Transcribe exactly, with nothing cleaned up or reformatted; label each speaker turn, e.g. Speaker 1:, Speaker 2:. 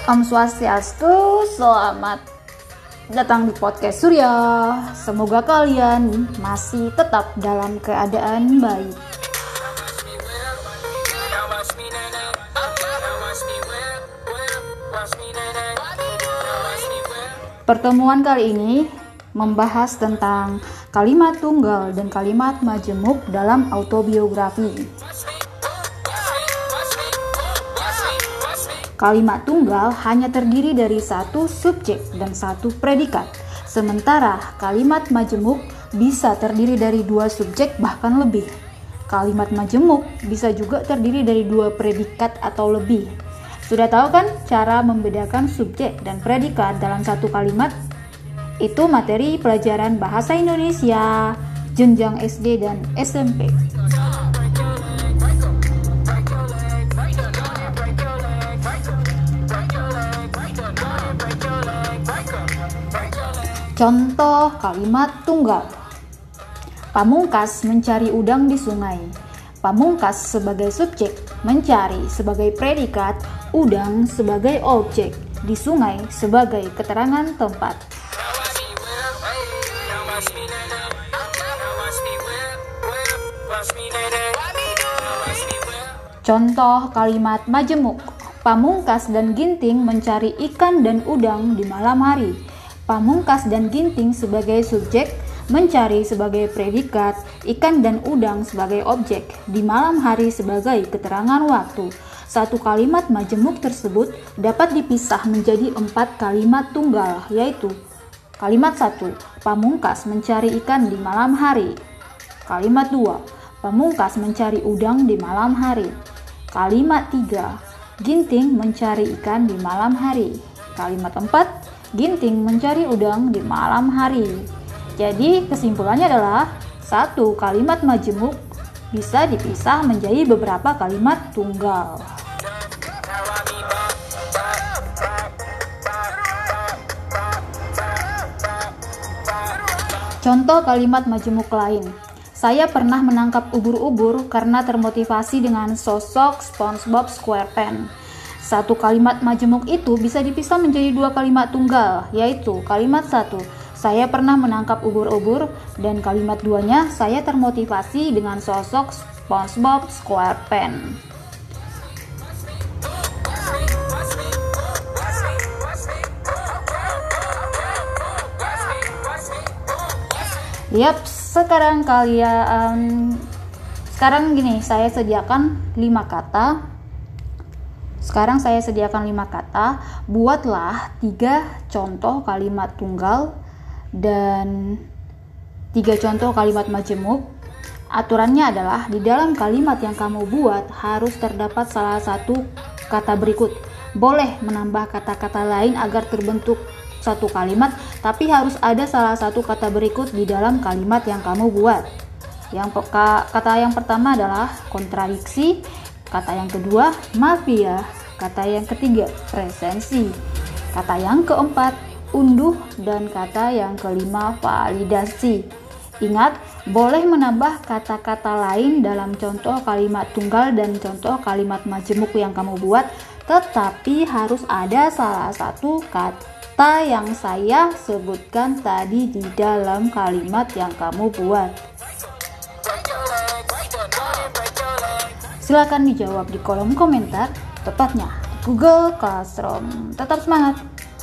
Speaker 1: Om Swastiastu, selamat datang di podcast Surya. Semoga kalian masih tetap dalam keadaan baik. Pertemuan kali ini membahas tentang kalimat tunggal dan kalimat majemuk dalam autobiografi. Kalimat tunggal hanya terdiri dari satu subjek dan satu predikat, sementara kalimat majemuk bisa terdiri dari dua subjek bahkan lebih. Kalimat majemuk bisa juga terdiri dari dua predikat atau lebih. Sudah tahu kan cara membedakan subjek dan predikat dalam satu kalimat? Itu materi pelajaran bahasa Indonesia jenjang S D dan S M P. Contoh kalimat tunggal. Pamungkas mencari udang di sungai. Pamungkas sebagai subjek, mencari sebagai predikat, udang sebagai objek, di sungai sebagai keterangan tempat. Contoh kalimat majemuk. Pamungkas dan Ginting mencari ikan dan udang di malam hari. Pamungkas dan Ginting sebagai subjek, mencari sebagai predikat, ikan dan udang sebagai objek, di malam hari sebagai keterangan waktu. Satu kalimat majemuk tersebut dapat dipisah menjadi empat kalimat tunggal, yaitu kalimat satu, Pamungkas mencari ikan di malam hari. Kalimat dua, Pamungkas mencari udang di malam hari. Kalimat tiga, Ginting mencari ikan di malam hari. Kalimat empat, Ginting mencari udang di malam hari. Jadi kesimpulannya adalah satu kalimat majemuk bisa dipisah menjadi beberapa kalimat tunggal. Contoh kalimat majemuk lain. Saya pernah menangkap ubur-ubur karena termotivasi dengan sosok SpongeBob SquarePants. Satu kalimat majemuk itu bisa dipisah menjadi dua kalimat tunggal, yaitu kalimat satu, saya pernah menangkap ubur-ubur, dan kalimat duanya, saya termotivasi dengan sosok SpongeBob SquarePants. Yap, sekarang kalian sekarang gini, saya sediakan lima kata. Sekarang saya sediakan lima kata. Buatlah tiga contoh kalimat tunggal dan tiga contoh kalimat majemuk. Aturannya adalah di dalam kalimat yang kamu buat harus terdapat salah satu kata berikut. Boleh menambah kata-kata lain agar terbentuk satu kalimat, tapi harus ada salah satu kata berikut di dalam kalimat yang kamu buat. Yang kata yang pertama adalah kontradiksi, kata yang kedua mafia, kata yang ketiga presensi, kata yang keempat unduh, dan kata yang kelima validasi. Ingat, boleh menambah kata-kata lain dalam contoh kalimat tunggal dan contoh kalimat majemuk yang kamu buat, tetapi harus ada salah satu kata yang saya sebutkan tadi di dalam kalimat yang kamu buat. Silakan dijawab di kolom komentar, tepatnya di Google Classroom. Tetap semangat!